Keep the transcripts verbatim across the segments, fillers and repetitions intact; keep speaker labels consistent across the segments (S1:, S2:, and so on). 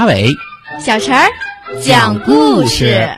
S1: 伟、
S2: 小陈儿讲故事。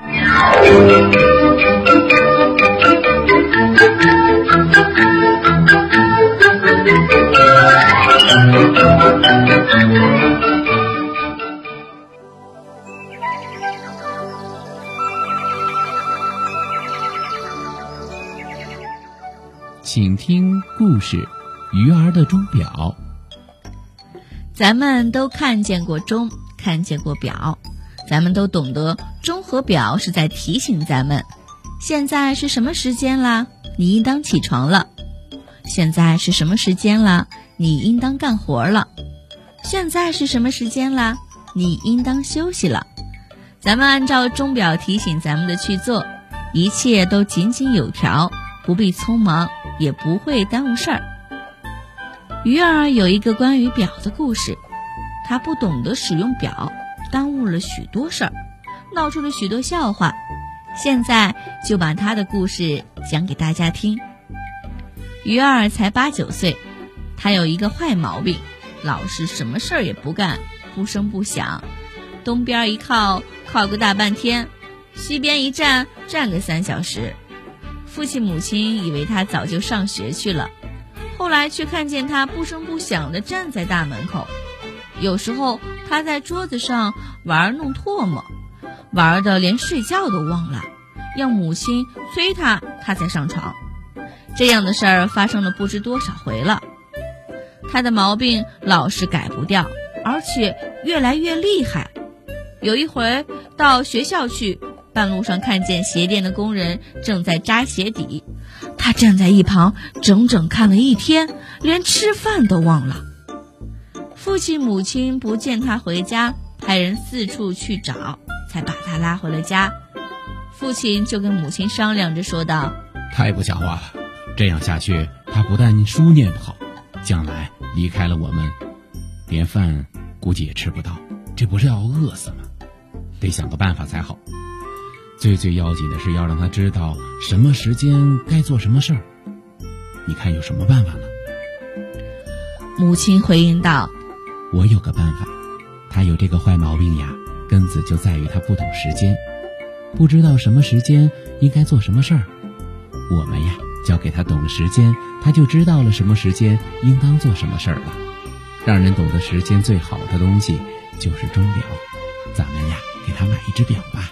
S1: 请听故事《鱼儿的钟表》。
S2: 咱们都看见过钟，看见过表，咱们都懂得钟和表是在提醒咱们，现在是什么时间啦？你应当起床了。现在是什么时间啦？你应当干活了。现在是什么时间啦？你应当休息了。咱们按照钟表提醒咱们的去做，一切都井井有条，不必匆忙，也不会耽误事儿。鱼儿有一个关于表的故事，他不懂得使用表，耽误了许多事儿，闹出了许多笑话。现在就把他的故事讲给大家听。鱼儿才八九岁，他有一个坏毛病，老是什么事儿也不干，不声不响，东边一靠靠个大半天，西边一站站个三小时。父亲母亲以为他早就上学去了，后来却看见他不声不响地站在大门口。有时候他在桌子上玩弄唾沫，玩得连睡觉都忘了，要母亲催他，他才上床。这样的事儿发生了不知多少回了。他的毛病老是改不掉，而且越来越厉害。有一回到学校去，半路上看见鞋店的工人正在扎鞋底，他站在一旁整整看了一天，连吃饭都忘了。父亲母亲不见他回家，派人四处去找，才把他拉回了家。父亲就跟母亲商量着说道：
S1: 太不像话了，这样下去他不但书念不好，将来离开了我们，连饭估计也吃不到，这不是要饿死吗？得想个办法才好。最最要紧的是要让他知道什么时间该做什么事儿。你看有什么办法呢？
S2: 母亲回应道：
S1: 我有个办法，他有这个坏毛病呀，根子就在于他不懂时间，不知道什么时间应该做什么事儿。我们呀，教给他懂时间，他就知道了什么时间应当做什么事儿了。让人懂得时间最好的东西就是钟表，咱们呀，给他买一只表吧。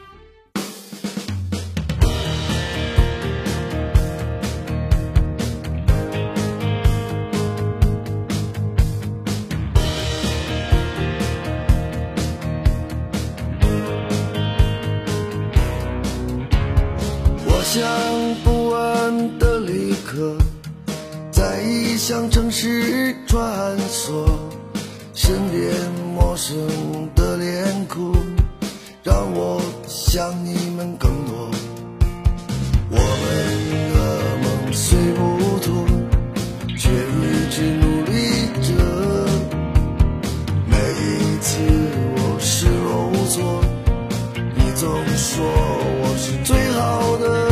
S3: 像不完的旅客，在异乡城市穿梭，身边陌生的脸孔让我想你们更多。我们的梦虽不同，却一直努力着。每一次我失落无措，你总说我是最好的。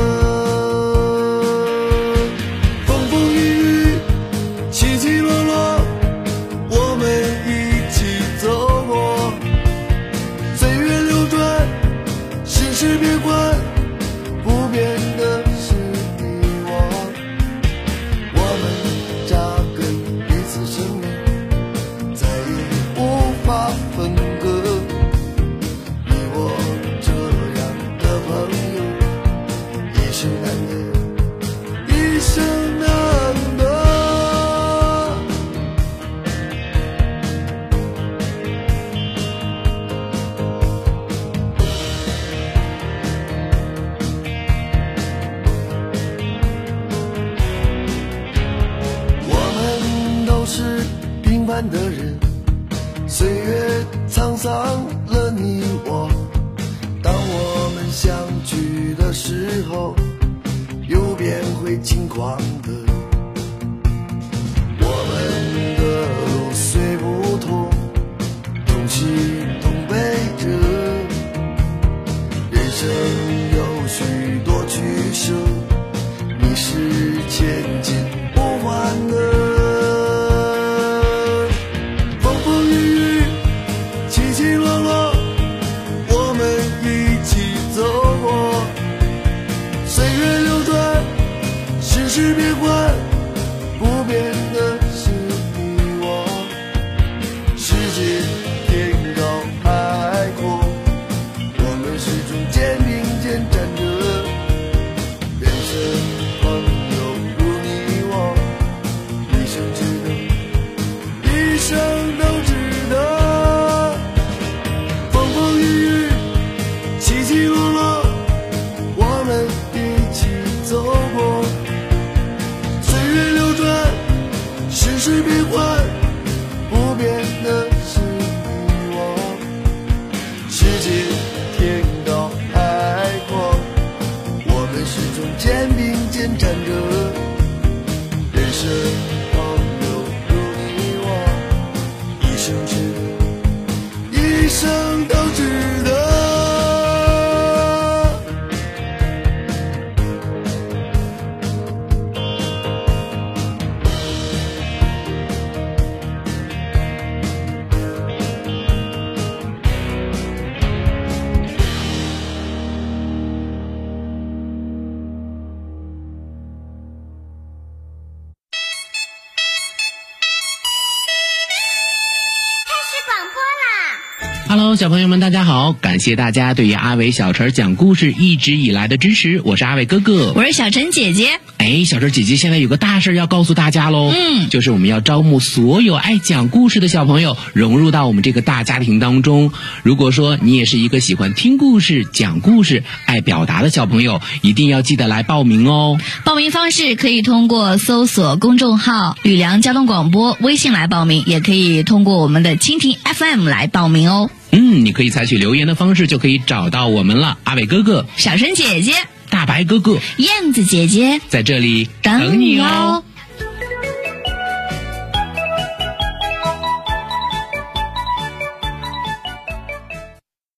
S3: 的人，岁月沧桑了你我，当我们相聚的时候，又变回轻狂的。我们的路虽不同，同喜同悲着，人生有许多取舍，你是千金不换的。起起落落生都值得。
S1: Hello， 小朋友们，大家好！感谢大家对于阿伟小陈讲故事一直以来的支持，我是阿伟哥哥，
S2: 我是小陈姐姐。
S1: 哎，小陈姐姐现在有个大事要告诉大家喽，
S2: 嗯，
S1: 就是我们要招募所有爱讲故事的小朋友，融入到我们这个大家庭当中。如果说你也是一个喜欢听故事、讲故事、爱表达的小朋友，一定要记得来报名哦。
S2: 报名方式可以通过搜索公众号吕梁交通广播微信来报名，也可以通过我们的蜻蜓 F M 来报名哦。
S1: 嗯，你可以采取留言的方式就可以找到我们了。阿伟哥哥、
S2: 小陈姐姐、
S1: 大白哥哥、
S2: 燕子姐姐
S1: 在这里
S2: 等你哦。